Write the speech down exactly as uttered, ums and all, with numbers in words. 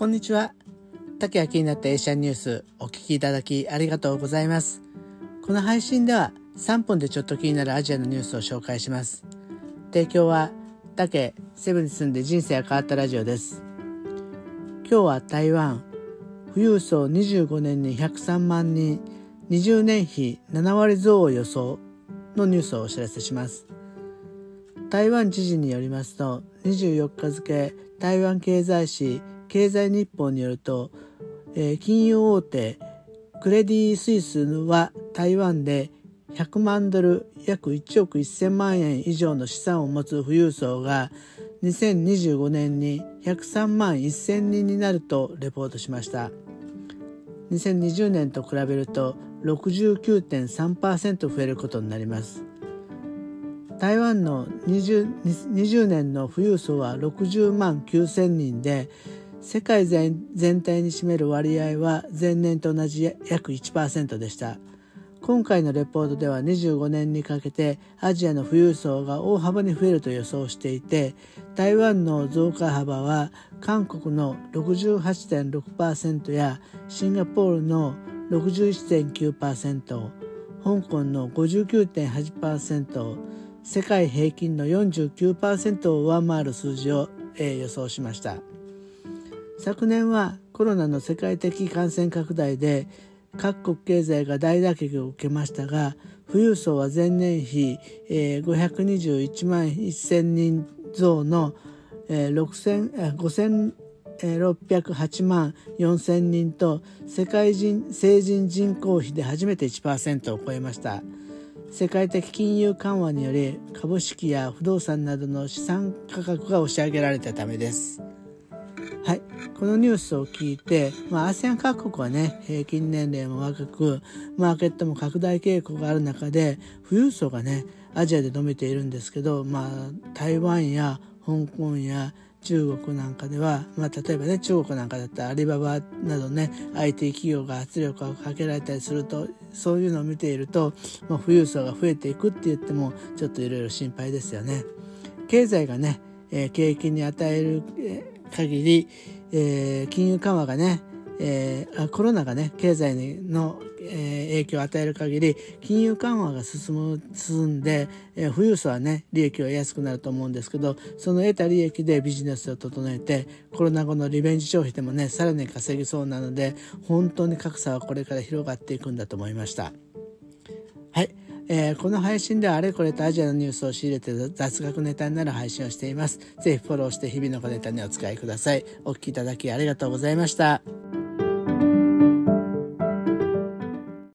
こんにちは。竹明になったエーシャンニュースお聞きいただきありがとうございます。この配信ではさんぷんでちょっと気になるアジアのニュースを紹介します。提供は竹セブンに住んで人生が変わったラジオです。今日は台湾富裕層にじゅうごねんにひゃくさんまんにん、にじゅうねん比ななわり増を予想のニュースをお知らせします。台湾知事によりますと、にじゅうよっか付台湾経済誌経済日報によると、えー、金融大手クレディ・スイスは台湾でひゃくまんドル約いちおくせんまんえん以上の資産を持つ富裕層がにせんにじゅうごねんにひゃくさんまんせんにんになるとレポートしました。にせんにじゅうねんと比べると ろくじゅうきゅうてんさんパーセント 増えることになります。台湾の 20, 20年の富裕層はろくじゅうまんきゅうせんにんで、世界 全, 全体に占める割合は前年と同じ約 いちパーセント でした。今回のレポートではにじゅうごねんにかけてアジアの富裕層が大幅に増えると予想していて、台湾の増加幅は韓国の ろくじゅうはちてんろくパーセント やシンガポールの ろくじゅういちてんきゅうパーセント、香港の ごじゅうきゅうてんはちパーセント、世界平均の よんじゅうきゅうパーセント を上回る数字を、えー、予想しました。昨年はコロナの世界的感染拡大で各国経済が大打撃を受けましたが、富裕層は前年比、えー、ごひゃくにじゅういちまんせんにん増の、えー、ごせんろっぴゃくはちまんよんせんにんと世界人成人人口比で初めて いちパーセント を超えました。世界的金融緩和により株式や不動産などの資産価格が押し上げられたためです。はい、このニュースを聞いて、まあ、アセアン 各国はね、平均年齢も若くマーケットも拡大傾向がある中で富裕層がねアジアで伸びているんですけど、まあ、台湾や香港や中国なんかでは、まあ、例えばね中国なんかだったらアリババなどね アイティー 企業が圧力をかけられたりすると、そういうのを見ていると、まあ、富裕層が増えていくって言ってもちょっといろいろ心配ですよね。経済がね、えー、景気に与える、えー限り、えー、金融緩和がね、えー、コロナがね経済の、えー、影響を与える限り金融緩和が進む進んで、えー、富裕層はね利益を得やすくなると思うんですけど、その得た利益でビジネスを整えてコロナ後のリベンジ消費でもねさらに稼ぎそうなので、本当に格差はこれから広がっていくんだと思いました。はい、えー、この配信ではあれこれとアジアのニュースを仕入れて雑学ネタになる配信をしています。ぜひフォローして日々の小ネタにお使いください。お聞きいただきありがとうございました。